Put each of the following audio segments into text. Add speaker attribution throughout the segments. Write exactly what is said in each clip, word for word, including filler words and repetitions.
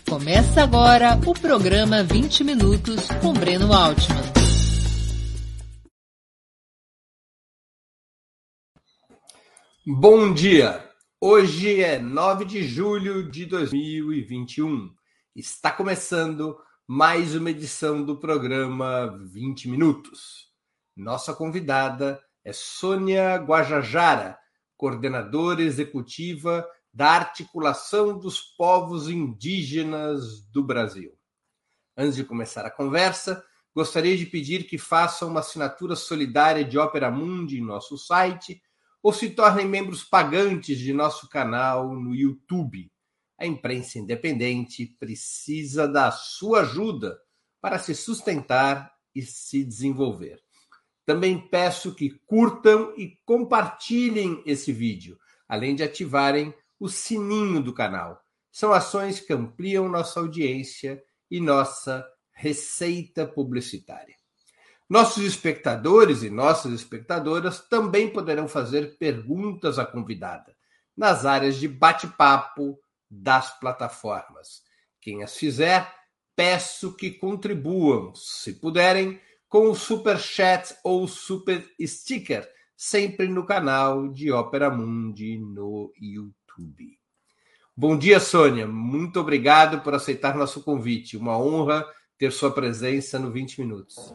Speaker 1: Começa agora o programa vinte minutos com Breno Altman.
Speaker 2: Bom dia! Hoje é nove de julho de dois mil e vinte e um. Está começando mais uma edição do programa vinte minutos. Nossa convidada é Sônia Guajajara, coordenadora executiva da Articulação dos Povos Indígenas do Brasil. Antes de começar a conversa, gostaria de pedir que façam uma assinatura solidária de Opera Mundi em nosso site ou se tornem membros pagantes de nosso canal no YouTube. A imprensa independente precisa da sua ajuda para se sustentar e se desenvolver. Também peço que curtam e compartilhem esse vídeo, além de ativarem o sininho do canal. São ações que ampliam nossa audiência e nossa receita publicitária. Nossos espectadores e nossas espectadoras também poderão fazer perguntas à convidada nas áreas de bate-papo das plataformas. Quem as fizer, peço que contribuam, se puderem, com o Super Chat ou Super Sticker, sempre no canal de Opera Mundi no YouTube. Bom dia, Sônia. Muito obrigado por aceitar nosso convite. Uma honra ter sua presença no vinte minutos.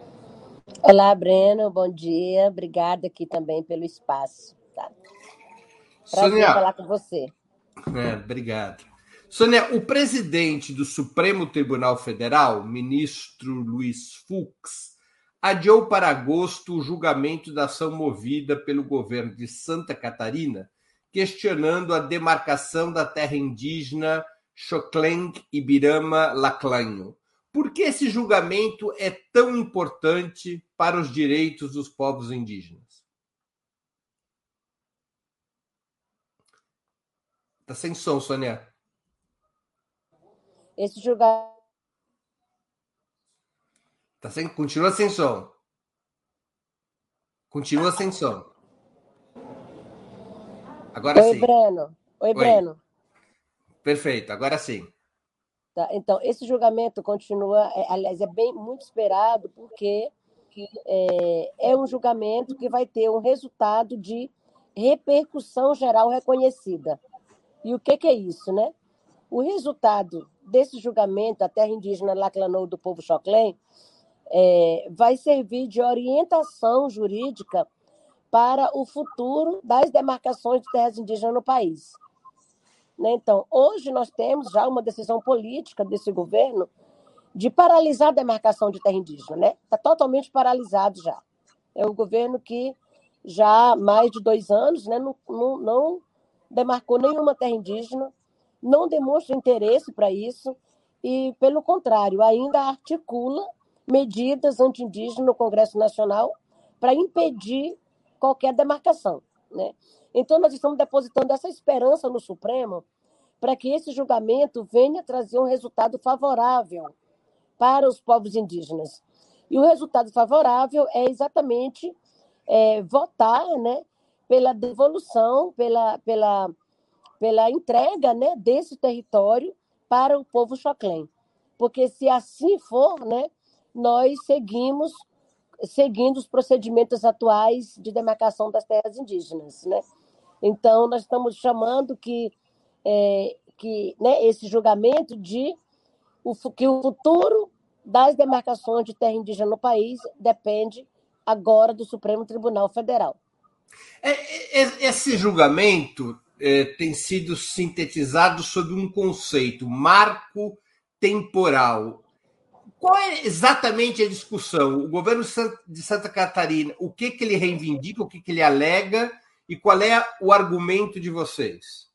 Speaker 3: Olá, Breno. Bom dia. Obrigada aqui também pelo espaço. Tá? Prazer
Speaker 2: Sônia,
Speaker 3: falar com você.
Speaker 2: É, obrigado. Sônia, o presidente do Supremo Tribunal Federal, ministro Luiz Fux, adiou para agosto o julgamento da ação movida pelo governo de Santa Catarina, questionando a demarcação da terra indígena Xocleng Ibirama Laclanho. Por que esse julgamento é tão importante para os direitos dos povos indígenas? Está sem som, Sônia.
Speaker 3: Esse julgamento...
Speaker 2: Tá sem... Continua sem som. Continua sem som. Agora
Speaker 3: Oi,
Speaker 2: sim.
Speaker 3: Breno. Oi,
Speaker 2: Oi.
Speaker 3: Breno.
Speaker 2: Perfeito, agora sim.
Speaker 3: Tá, então, esse julgamento continua, é, aliás, é bem muito esperado, porque é, é um julgamento que vai ter um resultado de repercussão geral reconhecida. E o que, que é isso, né? O resultado desse julgamento, a terra indígena Laclanou do povo Xoclém, é, vai servir de orientação jurídica para o futuro das demarcações de terras indígenas no país. Né? Então, hoje nós temos já uma decisão política desse governo de paralisar a demarcação de terra indígena. Né? Está totalmente paralisado já. É um governo que já há mais de dois anos, né, não, não, não demarcou nenhuma terra indígena, não demonstra interesse para isso e, pelo contrário, ainda articula medidas anti-indígenas no Congresso Nacional para impedir qualquer demarcação. Né? Então, nós estamos depositando essa esperança no Supremo para que esse julgamento venha trazer um resultado favorável para os povos indígenas. E o resultado favorável é exatamente é, votar, né, pela devolução, pela, pela, pela entrega, né, desse território para o povo Xoclém. Porque, se assim for, né, nós seguimos seguindo os procedimentos atuais de demarcação das terras indígenas. Né? Então, nós estamos chamando que, é, que né, esse julgamento de o, que o futuro das demarcações de terra indígena no país depende agora do Supremo Tribunal Federal.
Speaker 2: Esse julgamento é, tem sido sintetizado sob um conceito, marco temporal. Qual é exatamente a discussão? O governo de Santa Catarina, o que, que ele reivindica, o que, que ele alega e qual é o argumento de vocês?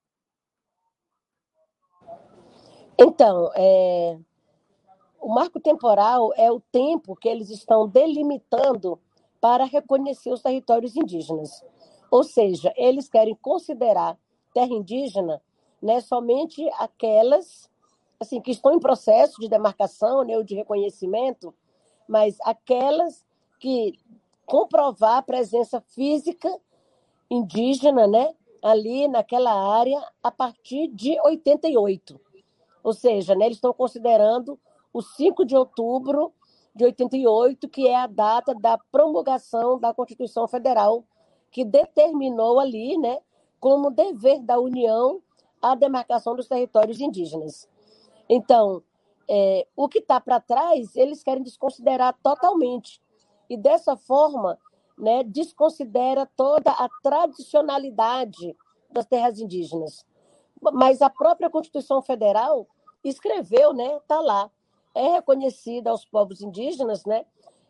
Speaker 3: Então, é... o marco temporal é o tempo que eles estão delimitando para reconhecer os territórios indígenas. Ou seja, eles querem considerar terra indígena, né, somente aquelas assim, que estão em processo de demarcação, né, ou de reconhecimento, mas aquelas que comprovar a presença física indígena, né, ali naquela área a partir de oitenta e oito. Ou seja, né, eles estão considerando o cinco de outubro de oitenta e oito, que é a data da promulgação da Constituição Federal, que determinou ali, né, como dever da União a demarcação dos territórios indígenas. Então, é, o que está para trás, eles querem desconsiderar totalmente. E, dessa forma, né, desconsidera toda a tradicionalidade das terras indígenas. Mas a própria Constituição Federal escreveu, né, está lá, é reconhecida aos povos indígenas, né,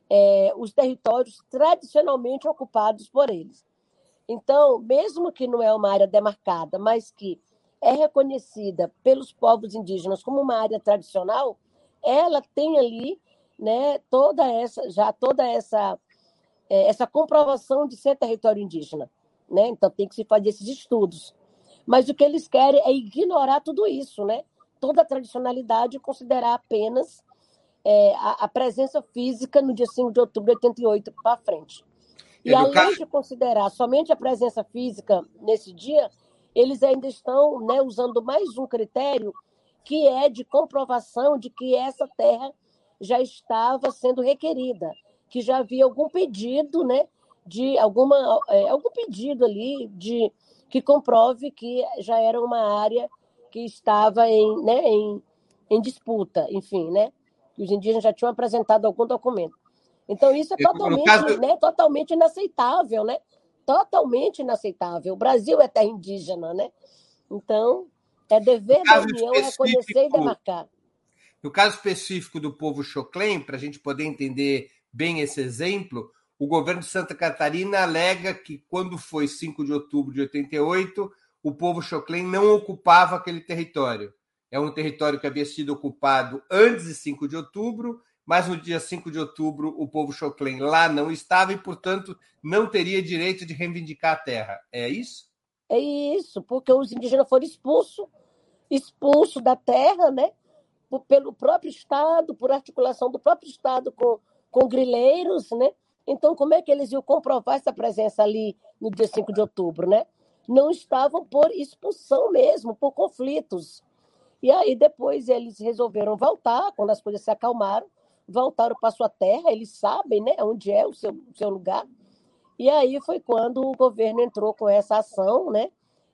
Speaker 3: é, os territórios tradicionalmente ocupados por eles. Então, mesmo que não é uma área demarcada, mas que é reconhecida pelos povos indígenas como uma área tradicional, ela tem ali, né, toda essa, já toda essa, é, essa comprovação de ser território indígena. Né? Então, tem que se fazer esses estudos. Mas o que eles querem é ignorar tudo isso, né? Toda a tradicionalidade e considerar apenas é, a, a presença física no dia cinco de outubro de oitenta e oito para frente. E, além caso... de considerar somente a presença física nesse dia, eles ainda estão, né, usando mais um critério, que é de comprovação de que essa terra já estava sendo requerida, que já havia algum pedido, né, de alguma, é, algum pedido ali de, que comprove que já era uma área que estava em, né, em, em disputa, enfim, né, que os indígenas já tinham apresentado algum documento. Então, isso é totalmente, caso... né, totalmente inaceitável, né? Totalmente inaceitável. O Brasil é terra indígena, né? Então, é dever da União específico... reconhecer e demarcar.
Speaker 2: No caso específico do povo Xoclen, para a gente poder entender bem esse exemplo, o governo de Santa Catarina alega que, quando foi cinco de outubro de oitenta e oito, o povo Xoclen não ocupava aquele território. É um território que havia sido ocupado antes de cinco de outubro, mas no dia cinco de outubro o povo Xoclen lá não estava e, portanto, não teria direito de reivindicar a terra. É isso?
Speaker 3: É isso, porque os indígenas foram expulsos, expulsos da terra, né? Pelo próprio Estado, por articulação do próprio Estado com, com grileiros, né? Então, como é que eles iam comprovar essa presença ali no dia cinco de outubro, né? Não estavam por expulsão mesmo, por conflitos. E aí, depois, eles resolveram voltar, quando as coisas se acalmaram, voltaram para sua terra, eles sabem, né, onde é o seu, o seu lugar. E aí foi quando o governo entrou com essa ação, né,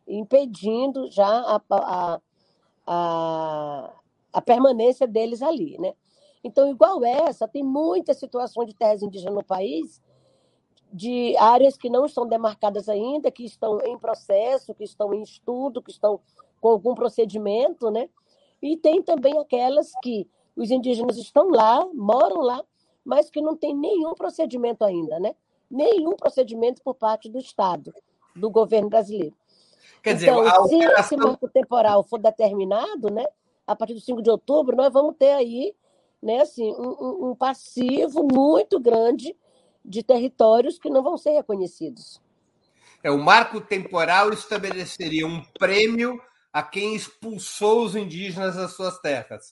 Speaker 3: impedindo já a, a, a, a permanência deles ali, né? Então, igual essa, tem muitas situações de terras indígenas no país, de áreas que não estão demarcadas ainda, que estão em processo, que estão em estudo, que estão com algum procedimento, né? E tem também aquelas que os indígenas estão lá, moram lá, mas que não tem nenhum procedimento ainda, né? Nenhum procedimento por parte do Estado, do governo brasileiro. Quer então, dizer, se operação... esse marco temporal for determinado, né, a partir do cinco de outubro, nós vamos ter aí, né, assim, um, um passivo muito grande de territórios que não vão ser reconhecidos.
Speaker 2: É, o marco temporal estabeleceria um prêmio a quem expulsou os indígenas das suas terras.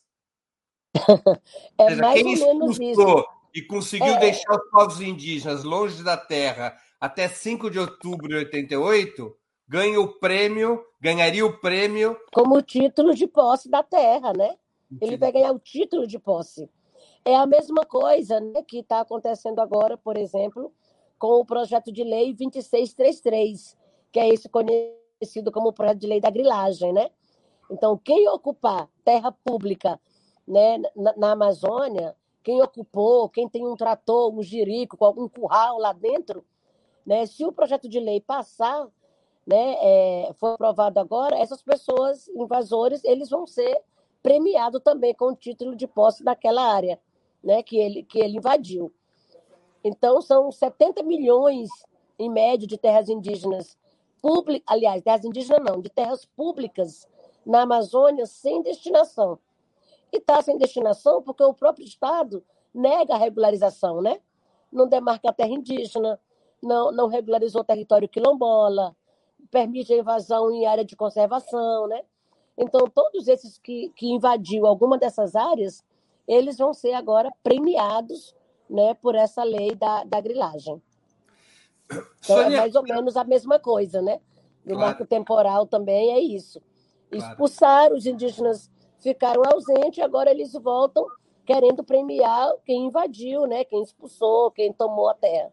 Speaker 3: É
Speaker 2: seja,
Speaker 3: mais
Speaker 2: quem
Speaker 3: ou menos isso.
Speaker 2: E conseguiu é... deixar os povos indígenas longe da terra até cinco de outubro de oitenta e oito, ganha o prêmio, ganharia o prêmio...
Speaker 3: Como título de posse da terra, né? Ele vai ganhar o título de posse. É a mesma coisa, né, que está acontecendo agora, por exemplo, com o projeto de lei vinte e seis trinta e três, que é esse conhecido como projeto de lei da grilagem, né? Então, quem ocupar terra pública, né, na, na Amazônia, quem ocupou, quem tem um trator, um jirico, com algum curral lá dentro, né, se o projeto de lei passar, né, é, for aprovado agora, essas pessoas, invasores, eles vão ser premiados também com o título de posse daquela área, né, que ele, que ele invadiu. Então, são setenta milhões, em média, de terras indígenas públicas, aliás, terras indígenas não, de terras públicas na Amazônia sem destinação. E está sem destinação porque o próprio Estado nega a regularização, né? Não demarca a terra indígena, não, não regularizou o território quilombola, permite a invasão em área de conservação, né? Então, todos esses que, que invadiu alguma dessas áreas, eles vão ser agora premiados, né, por essa lei da, da grilagem. Então, Sônia... é mais ou menos a mesma coisa, né? O claro. Marco temporal também é isso. Claro. Expulsar os indígenas ficaram ausentes, agora eles voltam querendo premiar quem invadiu, né? Quem expulsou, quem tomou a terra.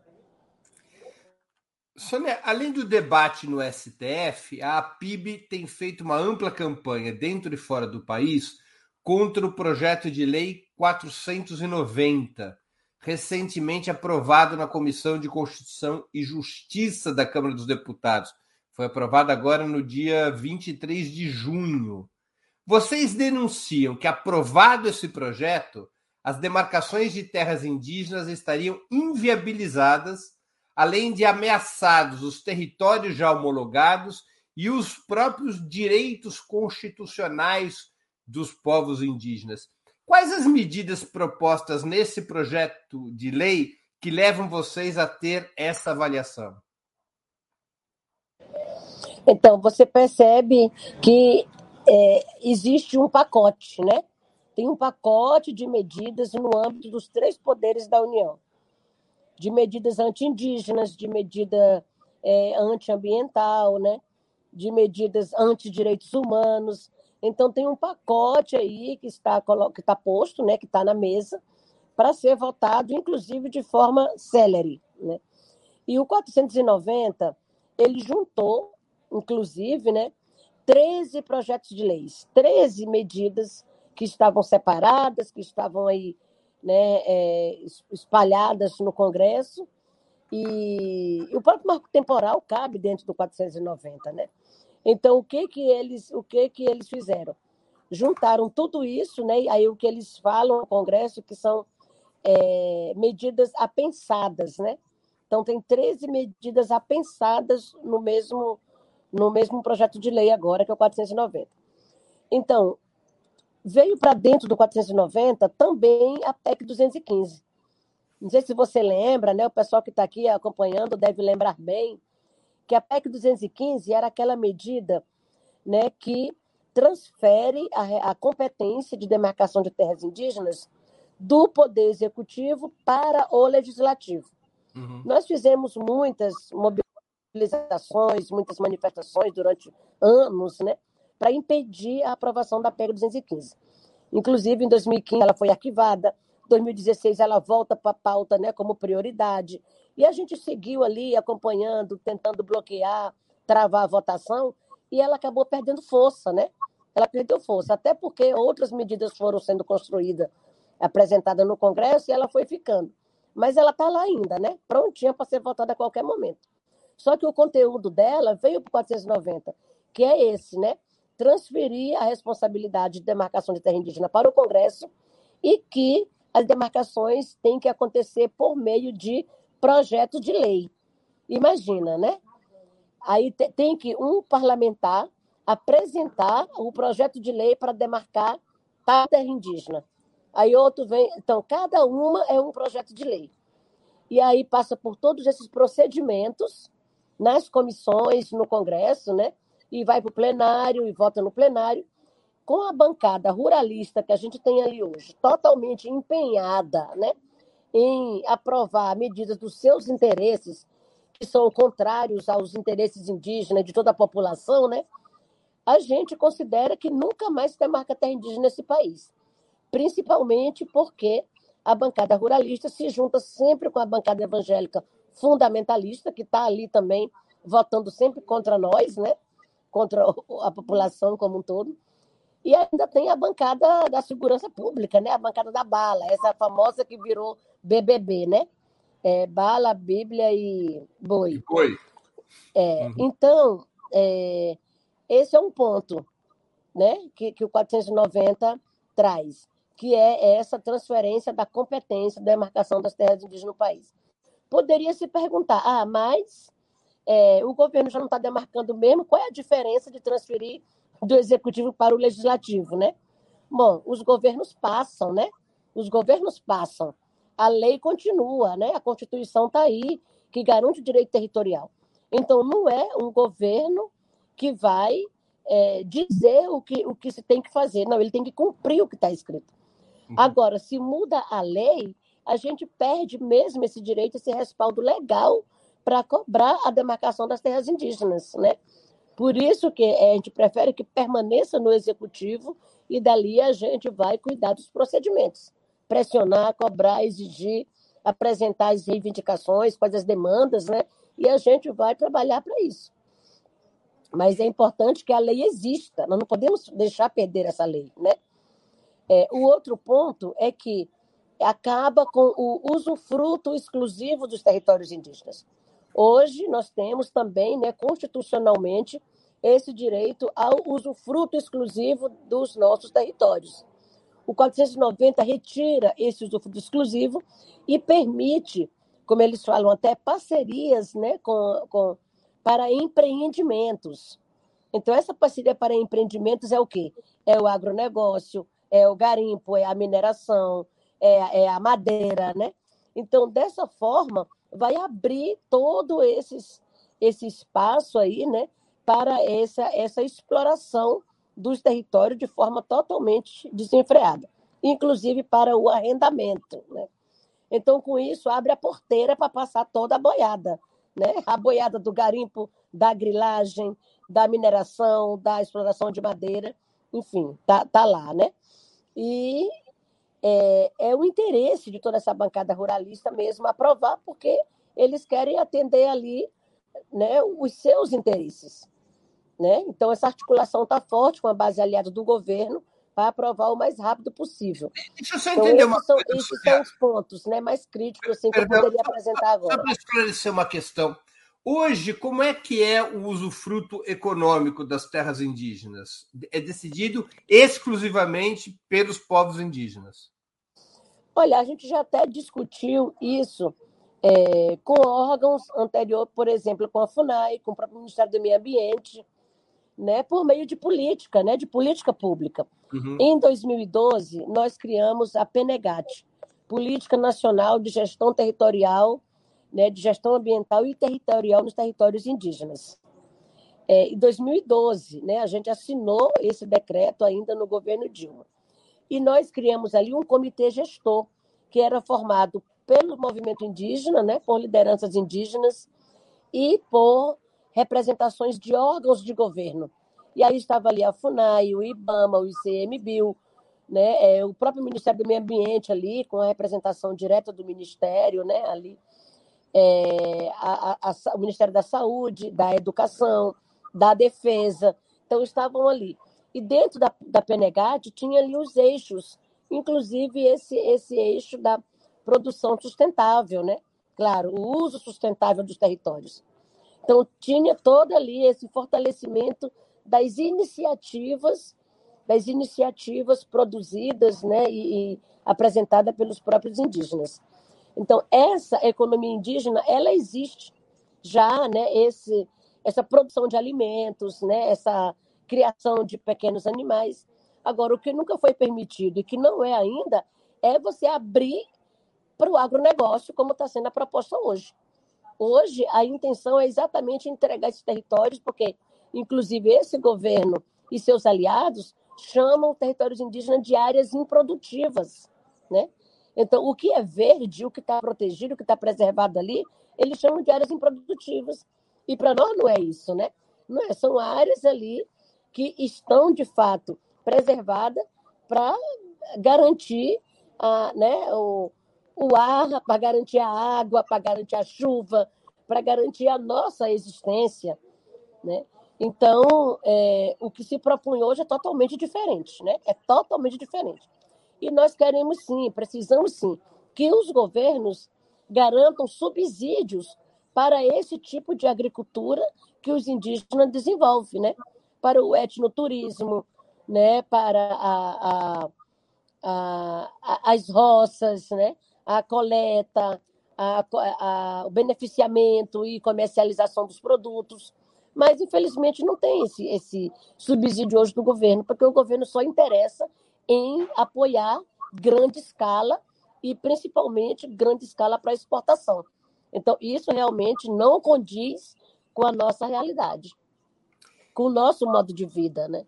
Speaker 2: Sônia, além do debate no S T F, a P I B tem feito uma ampla campanha dentro e fora do país contra o projeto de lei quatrocentos e noventa, recentemente aprovado na Comissão de Constituição e Justiça da Câmara dos Deputados. Foi aprovado agora no dia vinte e três de junho. Vocês denunciam que, aprovado esse projeto, as demarcações de terras indígenas estariam inviabilizadas, além de ameaçados os territórios já homologados e os próprios direitos constitucionais dos povos indígenas. Quais as medidas propostas nesse projeto de lei que levam vocês a ter essa avaliação?
Speaker 3: Então, você percebe que é, existe um pacote, né? Tem um pacote de medidas no âmbito dos três poderes da União. De medidas anti-indígenas, de medida é, anti-ambiental, né? De medidas anti-direitos humanos. Então, tem um pacote aí que está, que está posto, né? Que está na mesa, para ser votado, inclusive, de forma célere, né? E o quatrocentos e noventa, ele juntou, inclusive, né, treze projetos de leis, treze medidas que estavam separadas, que estavam aí, né, é, espalhadas no Congresso, e, e o próprio marco temporal cabe dentro do quatrocentos e noventa, né? Então, o que que eles, o que que eles fizeram? Juntaram tudo isso, né? E aí o que eles falam no Congresso que são é, medidas apensadas, né? Então, tem treze medidas apensadas no mesmo, no mesmo projeto de lei agora, que é o quatrocentos e noventa. Então, veio para dentro do quatrocentos e noventa também a P E C duzentos e quinze. Não sei se você lembra, né? O pessoal que está aqui acompanhando deve lembrar bem que a P E C duzentos e quinze era aquela medida, né, que transfere a, a competência de demarcação de terras indígenas do Poder Executivo para o Legislativo. Uhum. Nós fizemos muitas mobilizações, muitas manifestações durante anos, né, para impedir a aprovação da P E C duzentos e quinze. Inclusive, em dois mil e quinze, ela foi arquivada, em dois mil e dezesseis, ela volta para a pauta, né, como prioridade. E a gente seguiu ali acompanhando, tentando bloquear, travar a votação, e ela acabou perdendo força, né? Ela perdeu força, até porque outras medidas foram sendo construídas, apresentadas no Congresso, e ela foi ficando. Mas ela está lá ainda, né? Prontinha para ser votada a qualquer momento. Só que o conteúdo dela veio para o quatrocentos e noventa, que é esse, né? Transferir a responsabilidade de demarcação de terra indígena para o Congresso e que as demarcações têm que acontecer por meio de projeto de lei. Imagina, né? Aí tem que um parlamentar apresentar o projeto de lei para demarcar a terra indígena. Aí outro vem... Então, cada uma é um projeto de lei. E aí passa por todos esses procedimentos nas comissões, no Congresso, né? E vai para o plenário e vota no plenário, com a bancada ruralista que a gente tem ali hoje, totalmente empenhada, né, em aprovar medidas dos seus interesses, que são contrários aos interesses indígenas de toda a população, né? A gente considera que nunca mais tem marca terra indígena nesse país, principalmente porque a bancada ruralista se junta sempre com a bancada evangélica fundamentalista, que está ali também votando sempre contra nós, né? Contra a população como um todo. E ainda tem a bancada da segurança pública, né? A bancada da bala, essa famosa que virou B B B, né? É, bala, Bíblia e boi.
Speaker 2: E boi.
Speaker 3: É, uhum. Então, é, esse é um ponto, né? Que, que o quatrocentos e noventa traz, que é essa transferência da competência da demarcação das terras indígenas no país. Poderia se perguntar, ah, mas é, o governo já não está demarcando mesmo, qual é a diferença de transferir do executivo para o legislativo, né? Bom, os governos passam, né? Os governos passam. A lei continua, né? A Constituição está aí, que garante o direito territorial. Então, não é um governo que vai é, dizer o que, o que se tem que fazer. Não, ele tem que cumprir o que está escrito. Uhum. Agora, se muda a lei, a gente perde mesmo esse direito, esse respaldo legal para cobrar a demarcação das terras indígenas, né? Por isso que a gente prefere que permaneça no executivo e dali a gente vai cuidar dos procedimentos. Pressionar, cobrar, exigir, apresentar as reivindicações, quais as demandas, né? E a gente vai trabalhar para isso. Mas é importante que a lei exista, nós não podemos deixar perder essa lei, né? É, o outro ponto é que acaba com o usufruto exclusivo dos territórios indígenas. Hoje nós temos também, né, constitucionalmente, esse direito ao usufruto exclusivo dos nossos territórios. O quatrocentos e noventa retira esse usufruto exclusivo e permite, como eles falam, até parcerias, né, com, com, para empreendimentos. Então, essa parceria para empreendimentos é o quê? É o agronegócio, é o garimpo, é a mineração, é, é a madeira, né? Então, dessa forma, vai abrir todo esses, esse espaço aí, né, para essa, essa exploração dos territórios de forma totalmente desenfreada, inclusive para o arrendamento, né? Então, com isso, abre a porteira para passar toda a boiada, né? A boiada do garimpo, da grilagem, da mineração, da exploração de madeira, enfim, tá, tá lá, né? E é, é o interesse de toda essa bancada ruralista mesmo aprovar, porque eles querem atender ali, né, os seus interesses, né? Então, essa articulação está forte com a base aliada do governo para aprovar o mais rápido possível.
Speaker 2: Deixa eu só
Speaker 3: Então,
Speaker 2: entender uma
Speaker 3: esses são,
Speaker 2: coisa,
Speaker 3: esses
Speaker 2: Sônia.
Speaker 3: são os pontos, né, mais críticos assim, que
Speaker 2: Perdão,
Speaker 3: eu poderia
Speaker 2: só,
Speaker 3: apresentar
Speaker 2: só
Speaker 3: agora.
Speaker 2: para esclarecer uma questão. Hoje, como é que é o usufruto econômico das terras indígenas? É decidido exclusivamente pelos povos indígenas?
Speaker 3: Olha, a gente já até discutiu isso é, com órgãos anteriores, por exemplo, com a FUNAI, com o próprio Ministério do Meio Ambiente, né, por meio de política, né, de política pública.
Speaker 2: Uhum.
Speaker 3: Em dois mil e doze, nós criamos a PENEGAT, Política Nacional de Gestão Territorial, né, de Gestão Ambiental e Territorial nos Territórios Indígenas. É, em dois mil e doze, né, a gente assinou esse decreto ainda no governo Dilma. E nós criamos ali um comitê gestor, que era formado pelo movimento indígena, né, por lideranças indígenas e por representações de órgãos de governo. E aí estava ali a FUNAI, o IBAMA, o ICMBio, né, é, o próprio Ministério do Meio Ambiente ali, com a representação direta do Ministério, né, ali, é, a, a, a, o Ministério da Saúde, da Educação, da Defesa. Então, estavam ali. E dentro da, da PENEGAT tinha ali os eixos, inclusive esse, esse eixo da produção sustentável, né? Claro, o uso sustentável dos territórios. Então, tinha todo ali esse fortalecimento das iniciativas, das iniciativas produzidas, né, e, e apresentadas pelos próprios indígenas. Então, essa economia indígena, ela existe já, né, esse, essa produção de alimentos, né, essa criação de pequenos animais. Agora, o que nunca foi permitido e que não é ainda, é você abrir para o agronegócio, como está sendo a proposta hoje. Hoje, a intenção é exatamente entregar esses territórios, porque, inclusive, esse governo e seus aliados chamam territórios indígenas de áreas improdutivas, né? Então, o que é verde, o que está protegido, o que está preservado ali, eles chamam de áreas improdutivas. E para nós não é isso, né? Não é, são áreas ali que estão, de fato, preservadas para garantir a, né, o, o ar, para garantir a água, para garantir a chuva, para garantir a nossa existência, né? Então, é, o que se propõe hoje é totalmente diferente, né? É totalmente diferente. E nós queremos sim, precisamos sim, que os governos garantam subsídios para esse tipo de agricultura que os indígenas desenvolvem, né? Para o etnoturismo, né? Para a, a, a, as roças, né? A coleta, a, a, o beneficiamento e comercialização dos produtos. Mas, infelizmente, não tem esse, esse subsídio hoje do governo, porque o governo só interessa em apoiar grande escala e, principalmente, grande escala para exportação. Então, isso realmente não condiz com a nossa realidade, com o nosso modo de vida, né?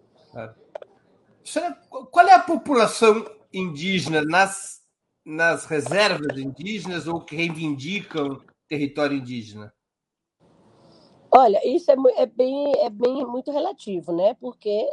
Speaker 2: Qual é a população indígena nas, nas reservas indígenas ou que reivindicam território indígena?
Speaker 3: Olha, isso é, é, bem, é bem muito relativo, né? Porque...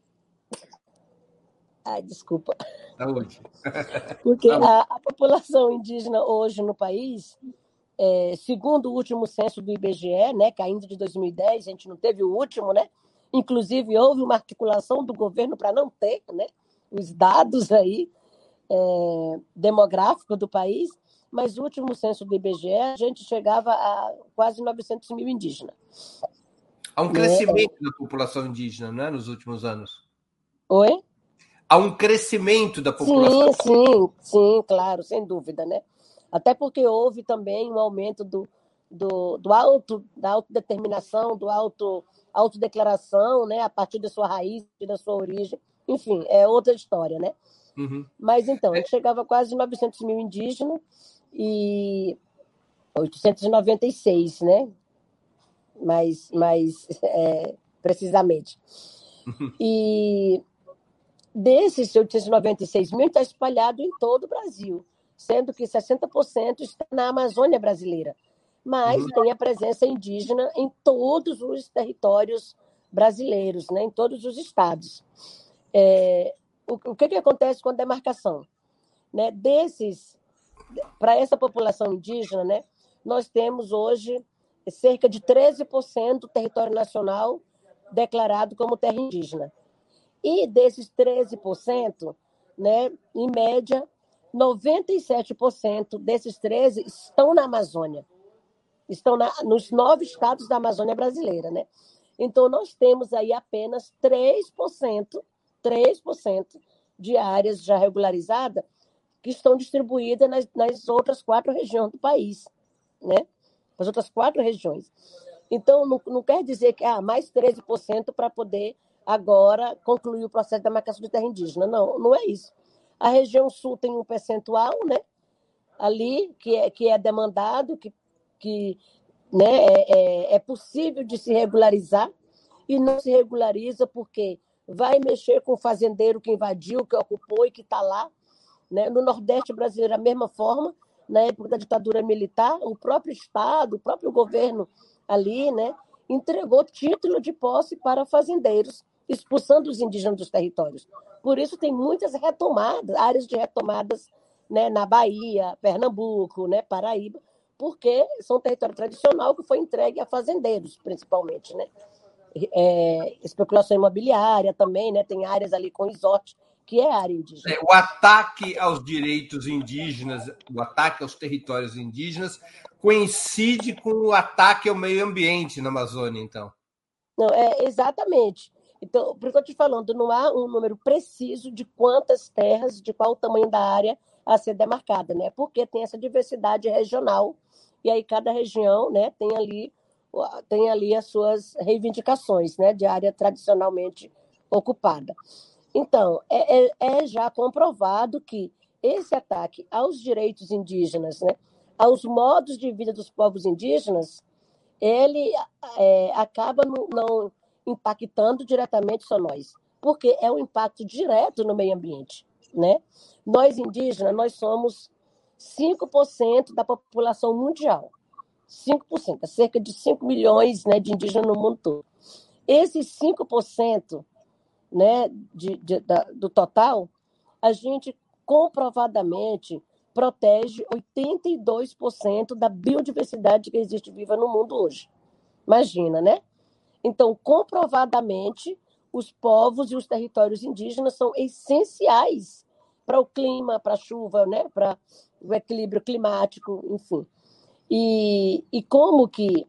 Speaker 3: Ai, desculpa.
Speaker 2: Saúde.
Speaker 3: Porque
Speaker 2: Saúde.
Speaker 3: a, a população indígena hoje no país, é, segundo o último censo do I B G E, né, que ainda de dois mil e dez, a gente não teve o último, né? Inclusive, houve uma articulação do governo para não ter, né, os dados aí é, demográficos do país, mas o último censo do I B G E, a gente chegava a quase novecentos mil indígenas.
Speaker 2: Há um crescimento né? da população indígena, né, nos últimos anos.
Speaker 3: Oi?
Speaker 2: Há um crescimento da população.
Speaker 3: Sim, sim, sim, claro, sem dúvida, né? Até porque houve também um aumento do, do, do auto, da autodeterminação, do auto, autodeclaração, né? A partir da sua raiz, da sua origem. Enfim, é outra história, né?
Speaker 2: Uhum.
Speaker 3: Mas então, a gente chegava a quase novecentos mil indígenas e oitocentos e noventa e seis, né? Mais, mais é, precisamente. E desses oitocentos e noventa e seis mil, está espalhado em todo o Brasil, sendo que sessenta por cento está na Amazônia brasileira. Mas uhum. tem a presença indígena em todos os territórios brasileiros, né? Em todos os estados. É, o, o que, que acontece com a demarcação? Né? Desses, para essa população indígena, né, nós temos hoje cerca de treze por cento do território nacional declarado como terra indígena. E desses treze por cento, né, em média, noventa e sete por cento desses treze por cento estão na Amazônia. Estão na, nos nove estados da Amazônia brasileira, né? Então, nós temos aí apenas três por cento, três por cento de áreas já regularizadas que estão distribuídas nas, nas outras quatro regiões do país, né? As outras quatro regiões. Então, não, não quer dizer que há ah, mais treze por cento para poder agora concluir o processo de demarcação de terra indígena. Não, não é isso. A região sul tem um percentual, né, ali que é, que é demandado, que, que né, é, é, é possível de se regularizar e não se regulariza porque vai mexer com o fazendeiro que invadiu, que ocupou e que está lá. Né? No Nordeste brasileiro, da mesma forma, na época da ditadura militar, o próprio Estado, o próprio governo ali, né, entregou título de posse para fazendeiros, expulsando os indígenas dos territórios. Por isso tem muitas retomadas, áreas de retomadas, né, na Bahia, Pernambuco, né, Paraíba, porque são território tradicional que foi entregue a fazendeiros, principalmente. Né? É, especulação imobiliária também, né, tem áreas ali com isote, que é área indígena.
Speaker 2: É, o ataque aos direitos indígenas, o ataque aos territórios indígenas, coincide com o ataque ao meio ambiente na Amazônia, então.
Speaker 3: Não, é, exatamente. Então, por isso que eu estou te falando, não há um número preciso de quantas terras, de qual o tamanho da área a ser demarcada, né? Porque tem essa diversidade regional, e aí cada região, né, tem ali, tem ali as suas reivindicações, né, de área tradicionalmente ocupada. Então, é, é, é já comprovado que esse ataque aos direitos indígenas, né, aos modos de vida dos povos indígenas, ele é, acaba não, não impactando diretamente só nós, porque é um impacto direto no meio ambiente. Né? Nós, indígenas, nós somos cinco por cento da população mundial. cinco por cento, cerca de cinco milhões, né, de indígenas no mundo todo. Esses cinco por cento, né, de, de, da, do total, a gente comprovadamente protege oitenta e dois por cento da biodiversidade que existe viva no mundo hoje. Imagina, né? Então, comprovadamente, os povos e os territórios indígenas são essenciais para o clima, para a chuva, né? Para o equilíbrio climático, enfim. E, e como que,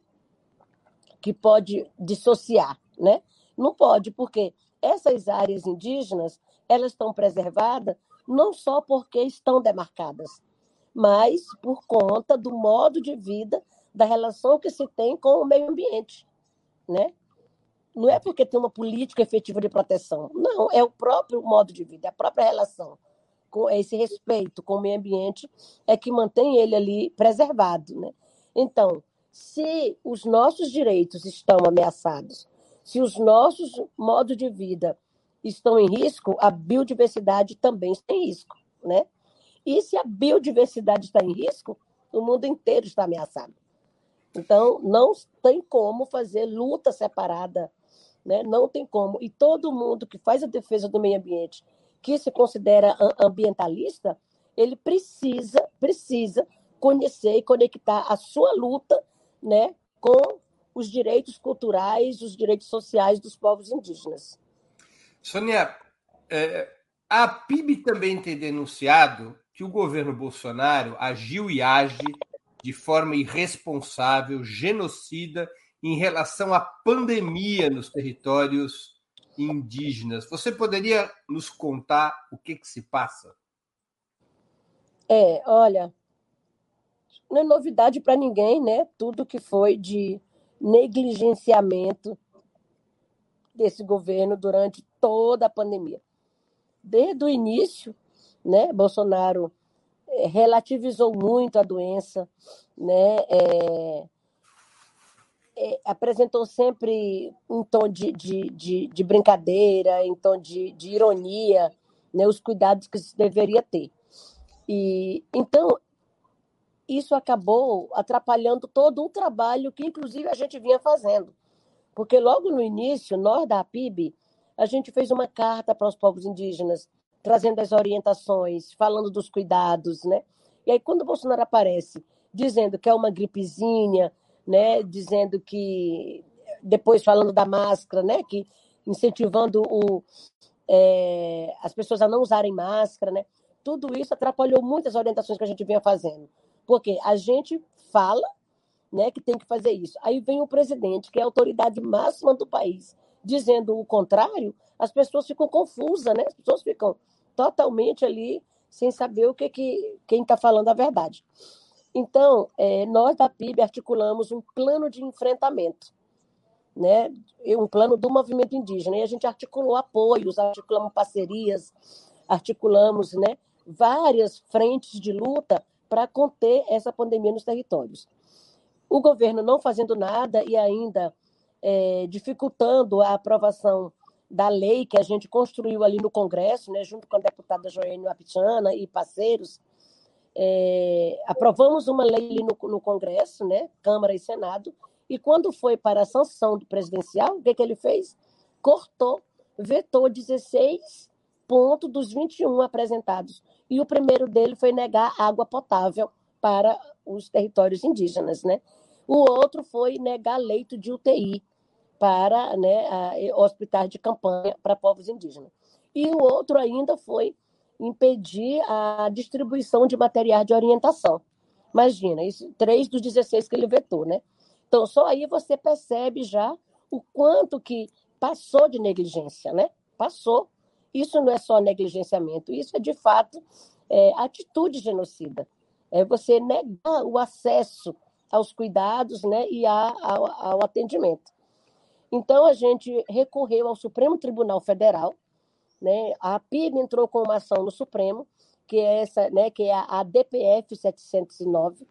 Speaker 3: que pode dissociar, né? Não pode, porque essas áreas indígenas, elas estão preservadas não só porque estão demarcadas, mas por conta do modo de vida, da relação que se tem com o meio ambiente, né? Não é porque tem uma política efetiva de proteção, não, é o próprio modo de vida, é a própria relação, com esse respeito com o meio ambiente é que mantém ele ali preservado, né? Então, se os nossos direitos estão ameaçados, se os nossos modos de vida estão em risco, a biodiversidade também está em risco, né? E se a biodiversidade está em risco, o mundo inteiro está ameaçado. Então, não tem como fazer luta separada, né? Não tem como. E todo mundo que faz a defesa do meio ambiente, que se considera ambientalista, ele precisa, precisa conhecer e conectar a sua luta, né, com os direitos culturais, os direitos sociais dos povos indígenas.
Speaker 2: Sônia, é, a P I B também tem denunciado que o governo Bolsonaro agiu e age de forma irresponsável, genocida, em relação à pandemia nos territórios indígenas. Você poderia nos contar o que, que se passa?
Speaker 3: É, olha, não é novidade para ninguém, né? Tudo que foi de negligenciamento desse governo durante toda a pandemia. Desde o início, né, Bolsonaro relativizou muito a doença, né, é, é, apresentou sempre um tom de, de, de, de brincadeira, em tom de, de ironia, né, os cuidados que se deveria ter. E, então, isso acabou atrapalhando todo um trabalho que, inclusive, a gente vinha fazendo. Porque logo no início, nós da P I B, a gente fez uma carta para os povos indígenas, trazendo as orientações, falando dos cuidados, né? E aí, quando o Bolsonaro aparece dizendo que é uma gripezinha, né? Dizendo que, depois falando da máscara, né? Que incentivando o, é, as pessoas a não usarem máscara, né? Tudo isso atrapalhou muito as orientações que a gente vinha fazendo. Porque a gente fala, né, que tem que fazer isso. Aí vem o presidente, que é a autoridade máxima do país, dizendo o contrário, as pessoas ficam confusas, né? As pessoas ficam totalmente ali sem saber o que, que quem está falando a verdade. Então, é, nós da P I B articulamos um plano de enfrentamento, né? Um plano do movimento indígena, e a gente articulou apoios, articulamos parcerias, articulamos, né, várias frentes de luta para conter essa pandemia nos territórios. O governo não fazendo nada e ainda é, dificultando a aprovação da lei que a gente construiu ali no Congresso, né, junto com a deputada Joênia Wapichana e parceiros, é, aprovamos uma lei ali no, no Congresso, né, Câmara e Senado, e quando foi para a sanção do presidencial, o que, que ele fez? Cortou, vetou dezesseis pontos dos vinte e um apresentados. E o primeiro dele foi negar água potável para os territórios indígenas, né? O outro foi negar leito de U T I para, né, hospitais de campanha para povos indígenas. E o outro ainda foi impedir a distribuição de materiais de orientação. Imagina, isso, três dos dezesseis que ele vetou, né? Então, só aí você percebe já o quanto que passou de negligência, né? Passou. Isso não é só negligenciamento, isso é, de fato, é, atitude genocida. É você negar o acesso aos cuidados, né, e a, ao, ao atendimento. Então, a gente recorreu ao Supremo Tribunal Federal, né? A P I B entrou com uma ação no Supremo, que é, essa, né, que é a, a D P F setecentos e nove,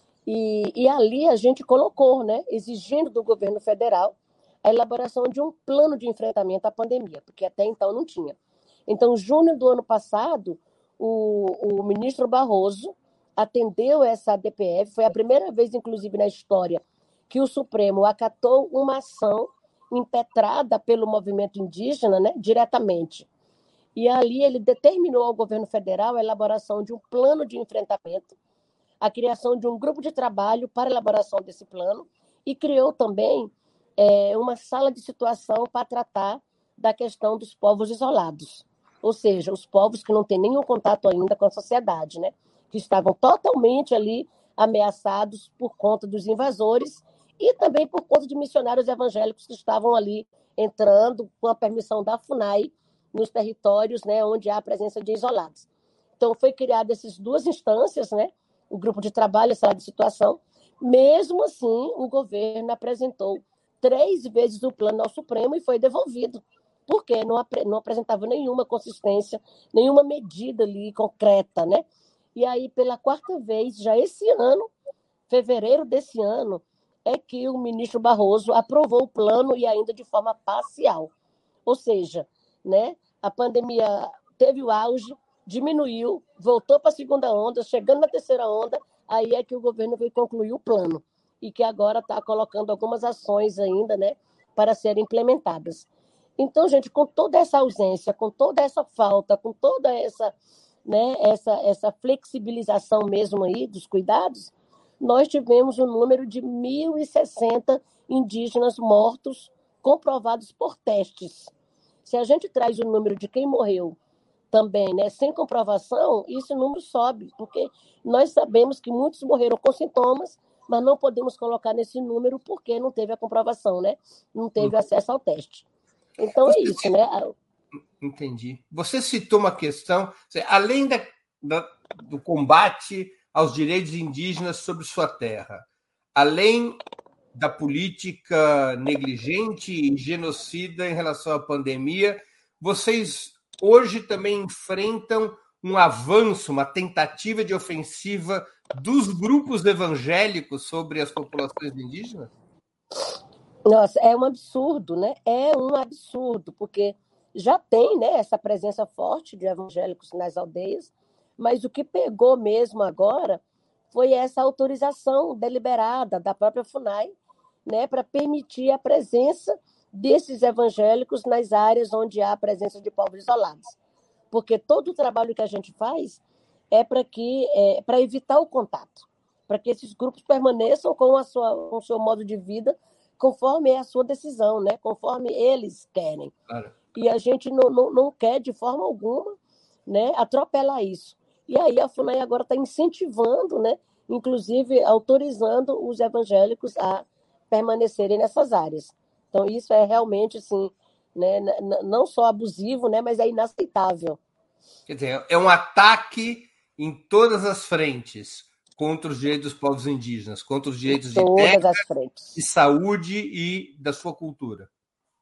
Speaker 3: e, e ali a gente colocou, né, exigindo do governo federal a elaboração de um plano de enfrentamento à pandemia, porque até então não tinha. Então, em junho do ano passado, o, o ministro Barroso atendeu essa D P F, foi a primeira vez, inclusive, na história, que o Supremo acatou uma ação impetrada pelo movimento indígena, né, diretamente. E ali ele determinou ao governo federal a elaboração de um plano de enfrentamento, a criação de um grupo de trabalho para a elaboração desse plano e criou também é, uma sala de situação para tratar da questão dos povos isolados, ou seja, os povos que não têm nenhum contato ainda com a sociedade, né? Que estavam totalmente ali ameaçados por conta dos invasores e também por conta de missionários evangélicos que estavam ali entrando com a permissão da FUNAI nos territórios, né, onde há a presença de isolados. Então, foi criada essas duas instâncias, né, o grupo de trabalho, a sala de situação. Mesmo assim, o governo apresentou três vezes o plano ao Supremo e foi devolvido, porque não, ap- não apresentava nenhuma consistência, nenhuma medida ali concreta, né? E aí, pela quarta vez, já esse ano, fevereiro desse ano, é que o ministro Barroso aprovou o plano e ainda de forma parcial. Ou seja, né, a pandemia teve o auge, diminuiu, voltou para a segunda onda, chegando na terceira onda, aí é que o governo veio concluir o plano. e que agora está colocando algumas ações ainda, né, para serem implementadas. Então, gente, com toda essa ausência, com toda essa falta, com toda essa, né, essa, essa flexibilização mesmo aí dos cuidados, nós tivemos um número de mil e sessenta indígenas mortos comprovados por testes. Se a gente traz o número de quem morreu também, né, sem comprovação, esse número sobe, porque nós sabemos que muitos morreram com sintomas, mas não podemos colocar nesse número porque não teve a comprovação, né? Não teve acesso ao teste. Então é isso, né?
Speaker 2: Entendi. Você citou uma questão, além da, da, do combate aos direitos indígenas sobre sua terra, além da política negligente e genocida em relação à pandemia, vocês hoje também enfrentam um avanço, uma tentativa de ofensiva dos grupos evangélicos sobre as populações indígenas?
Speaker 3: Nossa, é um absurdo, né? É um absurdo, porque já tem, né, essa presença forte de evangélicos nas aldeias, mas o que pegou mesmo agora foi essa autorização deliberada da própria FUNAI, né, para permitir a presença desses evangélicos nas áreas onde há a presença de povos isolados. Porque todo o trabalho que a gente faz é para que é, para evitar o contato, para que esses grupos permaneçam com, a sua, com o seu modo de vida conforme é a sua decisão, né? Conforme eles querem. Claro. E a gente não, não, não quer, de forma alguma, né, atropelar isso. E aí a FUNAI agora está incentivando, né, inclusive autorizando os evangélicos a permanecerem nessas áreas. Então, isso é realmente, assim, né, não só abusivo, né, mas é inaceitável.
Speaker 2: Quer dizer, é um ataque em todas as frentes contra os direitos dos povos indígenas, contra os direitos de terra, de saúde e da sua cultura.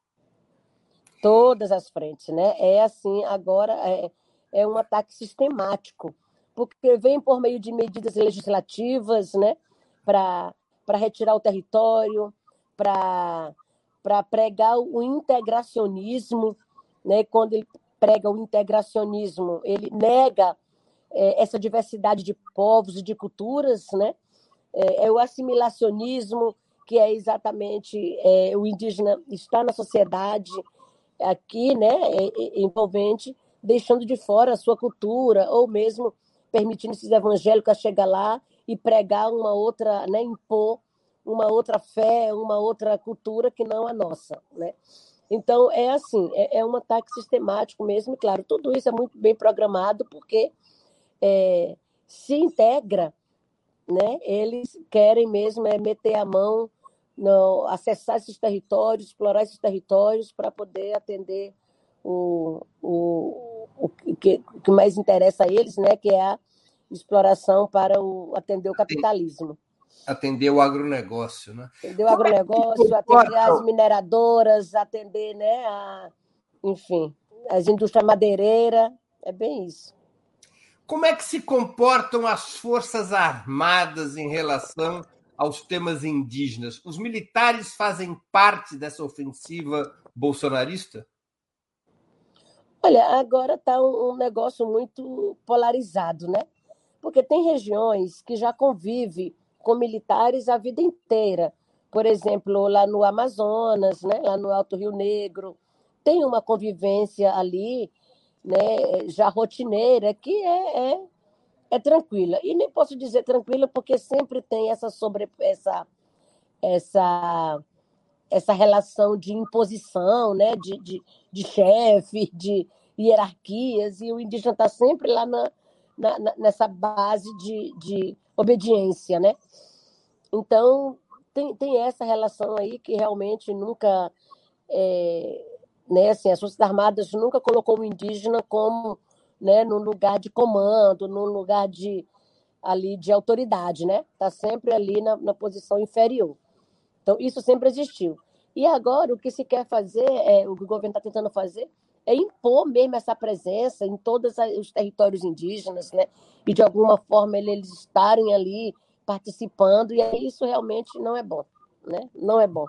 Speaker 3: Todas as frentes, né? É assim, agora é, é um ataque sistemático, porque vem por meio de medidas legislativas, né, para para retirar o território, para para pregar o integracionismo, né? Quando ele prega o integracionismo, ele nega é, essa diversidade de povos e de culturas, né? É, é o assimilacionismo, que é exatamente é, o indígena estar na sociedade aqui, né, envolvente, deixando de fora a sua cultura, ou mesmo permitindo esses evangélicos a chegar lá e pregar uma outra, né, impor uma outra fé, uma outra cultura que não a nossa, né? Então, é assim, é, é um ataque sistemático mesmo, e claro, tudo isso é muito bem programado, porque é, se integra, né, eles querem mesmo é meter a mão, no, acessar esses territórios, explorar esses territórios para poder atender o, o, o, que, o que mais interessa a eles, né, que é a exploração para o, atender o capitalismo.
Speaker 2: Atender o agronegócio, né?
Speaker 3: Atender o agronegócio, atender as mineradoras, atender, né, a, enfim, as indústrias madeireiras, é bem isso.
Speaker 2: Como é que se comportam as Forças Armadas em relação aos temas indígenas? Os militares fazem parte dessa ofensiva bolsonarista?
Speaker 3: Olha, agora está um, um negócio muito polarizado, né? Porque tem regiões que já convivem com militares a vida inteira. Por exemplo, lá no Amazonas, né? Lá no Alto Rio Negro, tem uma convivência ali, né, já rotineira, que é, é, é tranquila. E nem posso dizer tranquila porque sempre tem essa, sobre, essa, essa, essa relação de imposição, né, de, de, de chefe, de hierarquias, e o indígena está sempre lá na, na, nessa base de, de obediência, né? Então, tem, tem essa relação aí que realmente nunca... É, né, assim, as Forças Armadas nunca colocou o indígena como, né, num lugar de comando, num lugar de, ali, de autoridade, né? Está sempre ali na, na posição inferior. Então, isso sempre existiu. E agora, o que se quer fazer, é, o que o governo está tentando fazer, é impor mesmo essa presença em todos os territórios indígenas, né? E, de alguma forma, eles estarem ali participando, e aí isso realmente não é bom, né? Não é bom.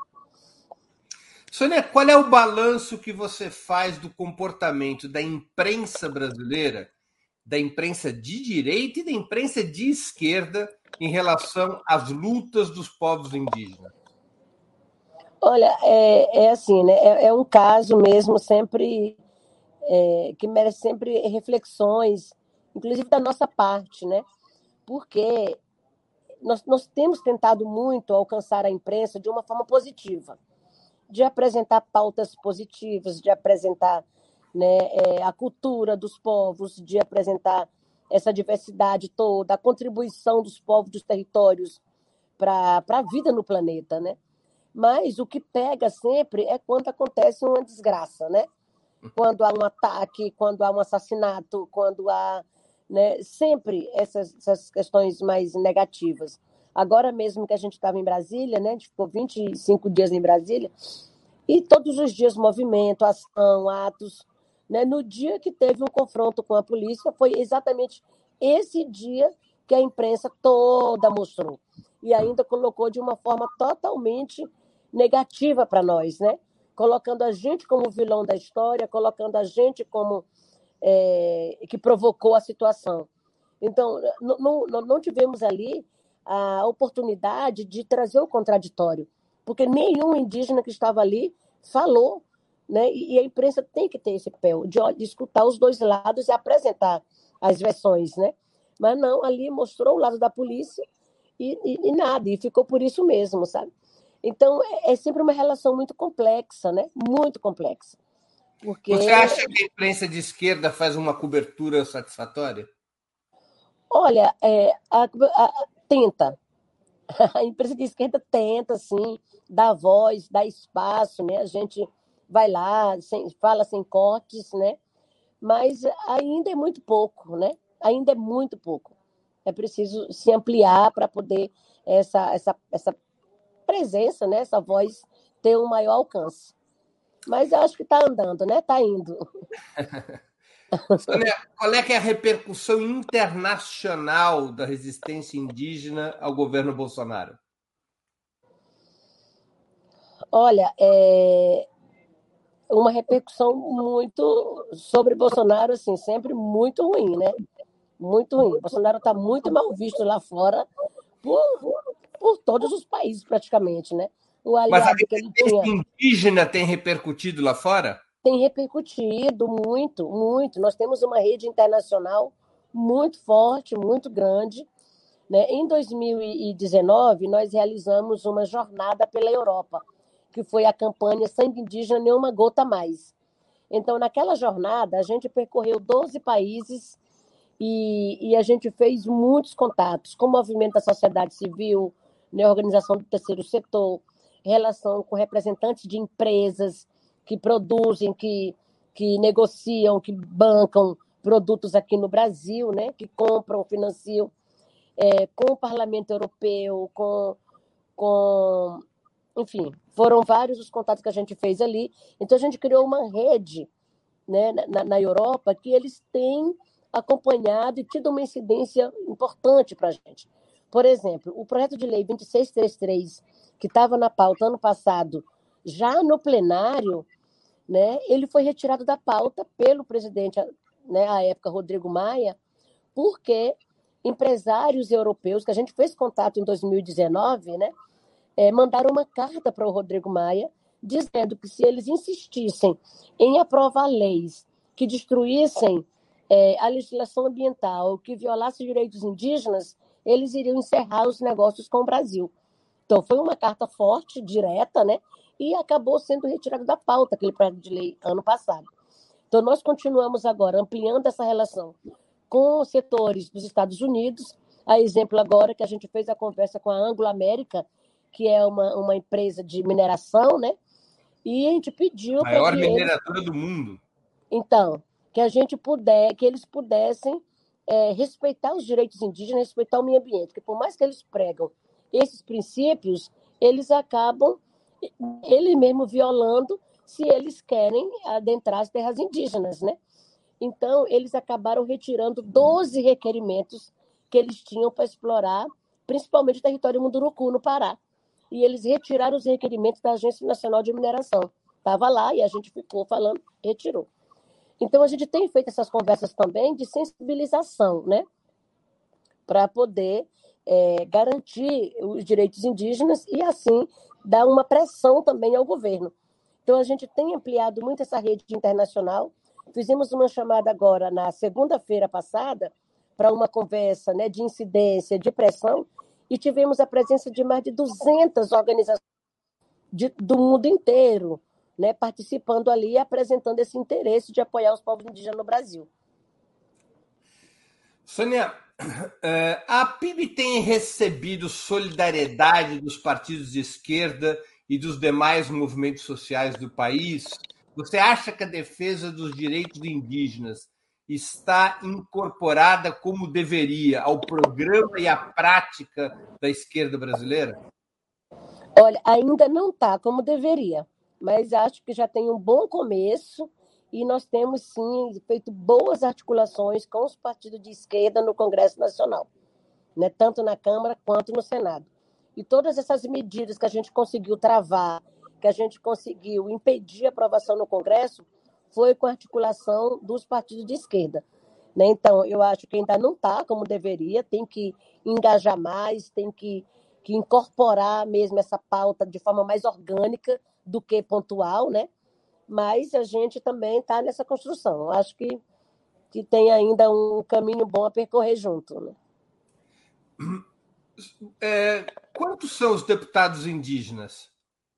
Speaker 2: Sônia, qual é o balanço que você faz do comportamento da imprensa brasileira da imprensa de direita e da imprensa de esquerda em relação às lutas dos povos indígenas?
Speaker 3: Olha, é, é assim, né? É, é um caso mesmo sempre é, que merece sempre reflexões, inclusive da nossa parte, né? Porque nós, nós temos tentado muito alcançar a imprensa de uma forma positiva, de apresentar pautas positivas, de apresentar, né, é, a cultura dos povos, de apresentar essa diversidade toda, a contribuição dos povos dos territórios para a vida no planeta, né? Mas o que pega sempre é quando acontece uma desgraça, né? Quando há um ataque, quando há um assassinato, quando há, né, sempre essas, essas questões mais negativas. Agora mesmo que a gente estava em Brasília, né, a gente ficou vinte e cinco dias em Brasília, e todos os dias movimento, ação, atos. Né? No dia que teve um confronto com a polícia, foi exatamente esse dia que a imprensa toda mostrou. E ainda colocou de uma forma totalmente negativa para nós, né? Colocando a gente como vilão da história, colocando a gente como é, que provocou a situação. Então, não, não, não tivemos ali a oportunidade de trazer o contraditório, porque nenhum indígena que estava ali falou, né? E a imprensa tem que ter esse papel de, de escutar os dois lados e apresentar as versões, né? Mas não, ali mostrou o lado da polícia e, e, e nada, e ficou por isso mesmo, sabe? Então, é, é sempre uma relação muito complexa, né? Muito complexa. Porque...
Speaker 2: Você acha que a imprensa de esquerda faz uma cobertura satisfatória?
Speaker 3: Olha, é, a, a, tenta. A imprensa de esquerda tenta, sim, dar voz, dar espaço, né? A gente vai lá, sem, fala sem cortes, né? Mas ainda é muito pouco, né? Ainda é muito pouco. É preciso se ampliar para poder essa, essa, essa presença, né? Essa voz ter um maior alcance. Mas eu acho que está andando, né? Está indo.
Speaker 2: Sônia, qual é, que é a repercussão internacional da resistência indígena ao governo Bolsonaro?
Speaker 3: Olha, é uma repercussão muito sobre Bolsonaro, assim, sempre muito ruim, né? Muito ruim. Bolsonaro está muito mal visto lá fora por, por todos os países, praticamente, né? O
Speaker 2: Mas a
Speaker 3: aliado que ele tinha
Speaker 2: resistência indígena tem repercutido lá fora?
Speaker 3: tem repercutido muito, muito. Nós temos uma rede internacional muito forte, muito grande. Né? Em dois mil e dezenove, nós realizamos uma jornada pela Europa, que foi a campanha Sangue Indígena Nenhuma Gota Mais. Então, naquela jornada, a gente percorreu doze países e, e a gente fez muitos contatos com o movimento da sociedade civil, né, organização do terceiro setor, relação com representantes de empresas que produzem, que, que negociam, que bancam produtos aqui no Brasil, né, que compram, financiam, é, com o Parlamento Europeu, com, com... Enfim, foram vários os contatos que a gente fez ali. Então, a gente criou uma rede, né, na, na Europa que eles têm acompanhado e tido uma incidência importante para a gente. Por exemplo, o projeto de lei vinte e seis trinta e três, que estava na pauta ano passado, já no plenário, né, ele foi retirado da pauta pelo presidente, né, à época, Rodrigo Maia, porque empresários europeus, que a gente fez contato em dois mil e dezenove, né, é, mandaram uma carta para o Rodrigo Maia, dizendo que se eles insistissem em aprovar leis que destruíssem é, a legislação ambiental, que violassem os direitos indígenas, eles iriam encerrar os negócios com o Brasil. Então, foi uma carta forte, direta, né? E acabou sendo retirado da pauta aquele projeto de lei ano passado. Então, nós continuamos agora ampliando essa relação com os setores dos Estados Unidos. A exemplo agora que a gente fez a conversa com a Anglo América, que é uma, uma empresa de mineração, né? E a gente pediu para que
Speaker 2: Maior
Speaker 3: eles...
Speaker 2: mineradora do mundo.
Speaker 3: Então, que a gente puder, que eles pudessem é, respeitar os direitos indígenas, respeitar o meio ambiente, porque por mais que eles pregam esses princípios, eles acabam, ele mesmo violando, se eles querem adentrar as terras indígenas, né? Então, eles acabaram retirando doze requerimentos que eles tinham para explorar, principalmente o território Munduruku, no Pará. E eles retiraram os requerimentos da Agência Nacional de Mineração. Estava lá e a gente ficou falando, retirou. Então, a gente tem feito essas conversas também de sensibilização, né? Para poder é, garantir os direitos indígenas e, assim, dar uma pressão também ao governo. Então, a gente tem ampliado muito essa rede internacional. Fizemos uma chamada agora, na segunda-feira passada, para uma conversa, né, de incidência, de pressão, e tivemos a presença de mais de duzentas organizações de, do mundo inteiro, né, participando ali e apresentando esse interesse de apoiar os povos indígenas no Brasil.
Speaker 2: Sônia, a P I B tem recebido solidariedade dos partidos de esquerda e dos demais movimentos sociais do país? Você acha que a defesa dos direitos indígenas está incorporada como deveria ao programa e à prática da esquerda brasileira?
Speaker 3: Olha, ainda não está como deveria, mas acho que já tem um bom começo e nós temos, sim, feito boas articulações com os partidos de esquerda no Congresso Nacional, né? Tanto na Câmara quanto no Senado. E todas essas medidas que a gente conseguiu travar, que a gente conseguiu impedir a aprovação no Congresso, foi com a articulação dos partidos de esquerda. Né? Então, eu acho que ainda não está como deveria, tem que engajar mais, tem que, que incorporar mesmo essa pauta de forma mais orgânica do que pontual, né? Mas a gente também está nessa construção. Eu acho que, que tem ainda um caminho bom a percorrer junto. Né?
Speaker 2: É, quantos são os deputados indígenas?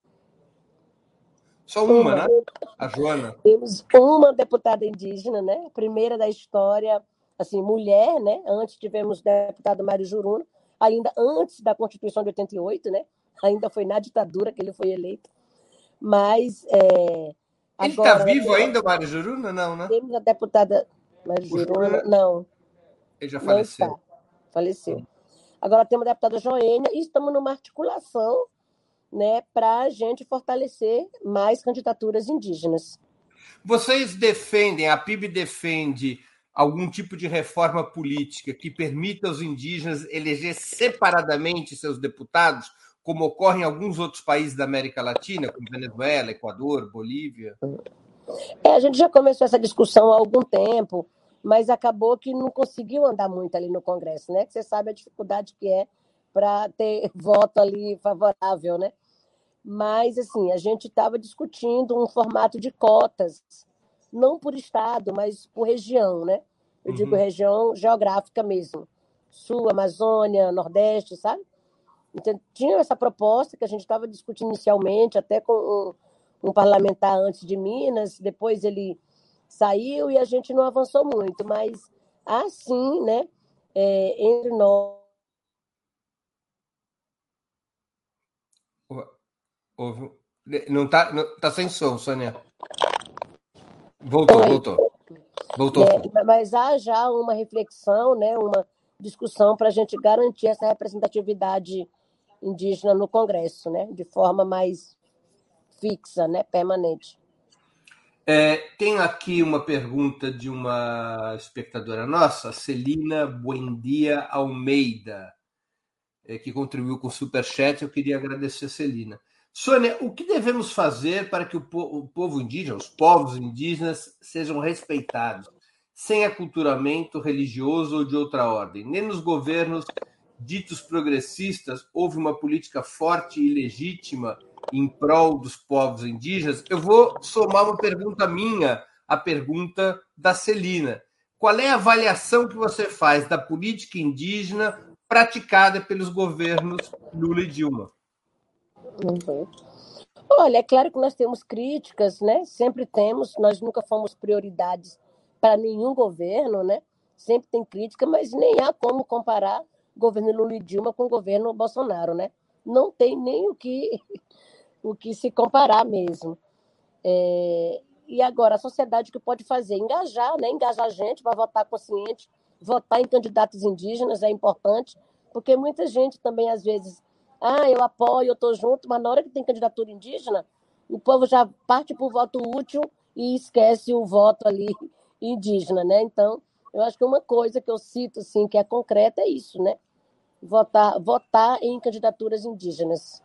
Speaker 2: Só uma, uma, né? A Joana.
Speaker 3: Temos uma deputada indígena, né? A primeira da história, assim, mulher, né? Antes tivemos o deputado Mário Juruna, ainda antes da Constituição de oitenta e oito, né? Ainda foi na ditadura que ele foi eleito. Mas é,
Speaker 2: ele está vivo ainda, o Mário Juruna? Não, né?
Speaker 3: Temos a deputada Mário Juruna, Juruna... não.
Speaker 2: Ele já faleceu.
Speaker 3: Não está. Faleceu. Hum. Agora temos a deputada Joênia e estamos numa articulação, né, para a gente fortalecer mais candidaturas indígenas.
Speaker 2: Vocês defendem, a P I B defende algum tipo de reforma política que permita aos indígenas eleger separadamente seus deputados, como ocorre em alguns outros países da América Latina, como Venezuela, Equador, Bolívia?
Speaker 3: É, a gente já começou essa discussão há algum tempo, mas acabou que não conseguiu andar muito ali no Congresso, né? Que você sabe a dificuldade que é para ter voto ali favorável, né? Mas, assim, a gente estava discutindo um formato de cotas, não por estado, mas por região, né? Eu uhum. digo região geográfica mesmo. Sul, Amazônia, Nordeste, sabe? Então, tinha essa proposta que a gente estava discutindo inicialmente, até com um, um parlamentar antes de Minas, depois ele saiu e a gente não avançou muito, mas, assim, né, é, entre nós...
Speaker 2: Não está não, tá sem som, Sônia. Voltou, voltou. Voltou.
Speaker 3: É, mas há já uma reflexão, né, uma discussão para a gente garantir essa representatividade indígena no Congresso, né, de forma mais fixa, né, permanente.
Speaker 2: É, tem aqui uma pergunta de uma espectadora nossa, Celina Buendia Almeida, é, que contribuiu com o Superchat. Eu queria agradecer a Celina. Sônia, o que devemos fazer para que o povo indígena, os povos indígenas, sejam respeitados, sem aculturamento religioso ou de outra ordem? Nem nos governos ditos progressistas houve uma política forte e legítima em prol dos povos indígenas. Eu vou somar uma pergunta minha à pergunta da Celina. Qual é a avaliação que você faz da política indígena praticada pelos governos Lula e Dilma?
Speaker 3: Uhum. Olha, é claro que nós temos críticas, né? Sempre temos, nós nunca fomos prioridades para nenhum governo, né? Sempre tem crítica, mas nem há como comparar o governo Lula e Dilma com o governo Bolsonaro, né? Não tem nem o que, o que se comparar mesmo. É... E agora, a sociedade o que pode fazer? Engajar, né? Engajar a gente para votar consciente, votar em candidatos indígenas é importante, porque muita gente também, às vezes, ah, eu apoio, eu estou junto, mas na hora que tem candidatura indígena, o povo já parte por voto útil e esquece o voto ali indígena, né? Então, eu acho que uma coisa que eu cito, assim, que é concreta é isso, né? Votar, votar em candidaturas indígenas.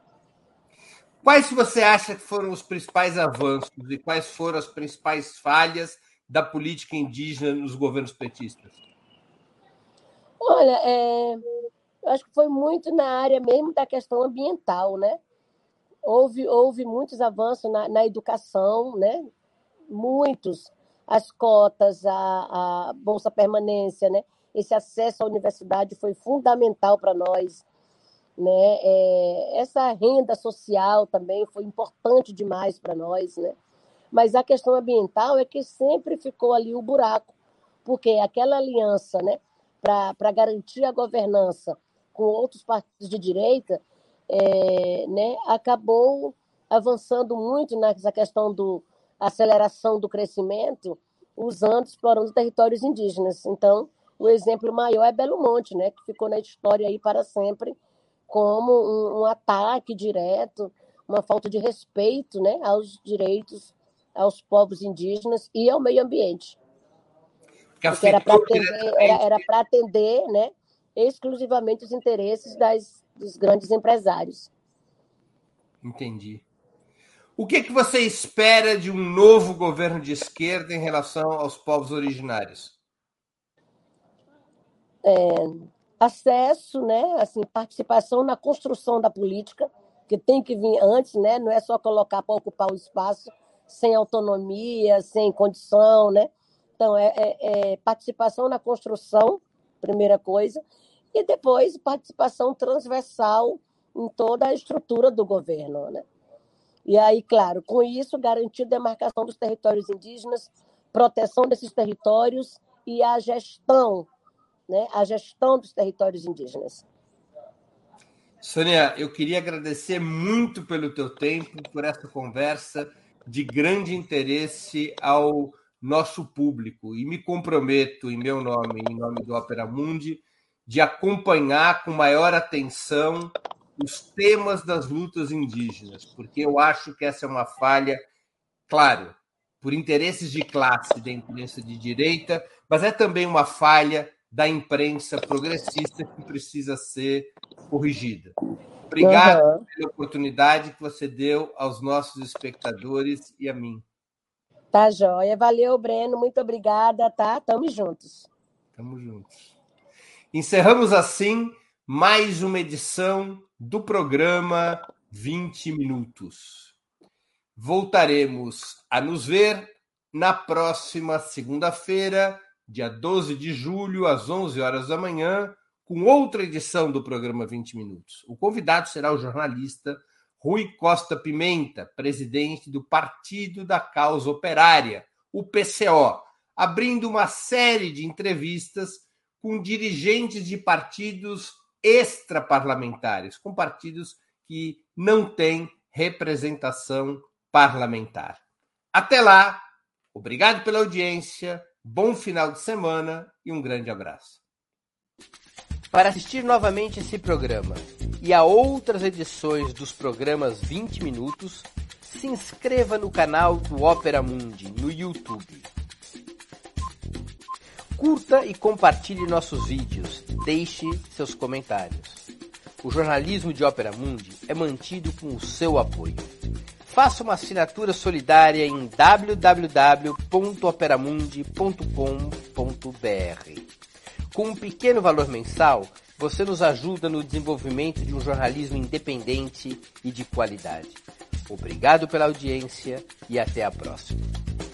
Speaker 2: Quais você acha que foram os principais avanços e quais foram as principais falhas da política indígena nos governos petistas?
Speaker 3: Olha, é, eu acho que foi muito na área mesmo da questão ambiental, né? Houve, houve muitos avanços na, na educação, né? Muitos. As cotas, a, a Bolsa Permanência, né? Esse acesso à universidade foi fundamental para nós. Né? É, essa renda social também foi importante demais para nós. Né? Mas a questão ambiental é que sempre ficou ali o buraco, porque aquela aliança, né, para garantir a governança com outros partidos de direita, é, né, acabou avançando muito nessa questão da aceleração do crescimento, usando, explorando territórios indígenas. Então, o exemplo maior é Belo Monte, né, que ficou na história aí para sempre como um, um ataque direto, uma falta de respeito, né, aos direitos, aos povos indígenas e ao meio ambiente. Porque era para atender, era, era para atender, né, exclusivamente os interesses das, dos grandes empresários.
Speaker 2: Entendi. O que, que você espera de um novo governo de esquerda em relação aos povos originários?
Speaker 3: É, acesso, né, assim, participação na construção da política, que tem que vir antes, né, não é só colocar para ocupar o espaço sem autonomia, sem condição, né? Então, é, é, é participação na construção, primeira coisa, e depois participação transversal em toda a estrutura do governo, né? E aí, claro, com isso, garantir a demarcação dos territórios indígenas, proteção desses territórios e a gestão, né, a gestão dos territórios indígenas.
Speaker 2: Sônia, eu queria agradecer muito pelo teu tempo, por essa conversa de grande interesse ao nosso público. E me comprometo, em meu nome, em nome do Opera Mundi, de acompanhar com maior atenção os temas das lutas indígenas, porque eu acho que essa é uma falha, claro, por interesses de classe da imprensa de direita, mas é também uma falha da imprensa progressista que precisa ser corrigida. Obrigado uhum. pela oportunidade que você deu aos nossos espectadores e a mim.
Speaker 3: Tá joia. Valeu, Breno. Muito obrigada, tá? Tamo juntos.
Speaker 2: Tamo juntos. Encerramos assim mais uma edição do programa vinte minutos. Voltaremos a nos ver na próxima segunda-feira, dia doze de julho, às onze horas da manhã, com outra edição do programa vinte minutos. O convidado será o jornalista Rui Costa Pimenta, presidente do Partido da Causa Operária, o P C O, abrindo uma série de entrevistas com dirigentes de partidos extraparlamentares, com partidos que não têm representação parlamentar. Até lá, obrigado pela audiência, bom final de semana e um grande abraço. Para assistir novamente esse programa e a outras edições dos programas vinte minutos, se inscreva no canal do Opera Mundi no YouTube. Curta e compartilhe nossos vídeos, deixe seus comentários. O jornalismo de Opera Mundi é mantido com o seu apoio. Faça uma assinatura solidária em w w w ponto operamundi ponto com ponto b r. Com um pequeno valor mensal, você nos ajuda no desenvolvimento de um jornalismo independente e de qualidade. Obrigado pela audiência e até a próxima.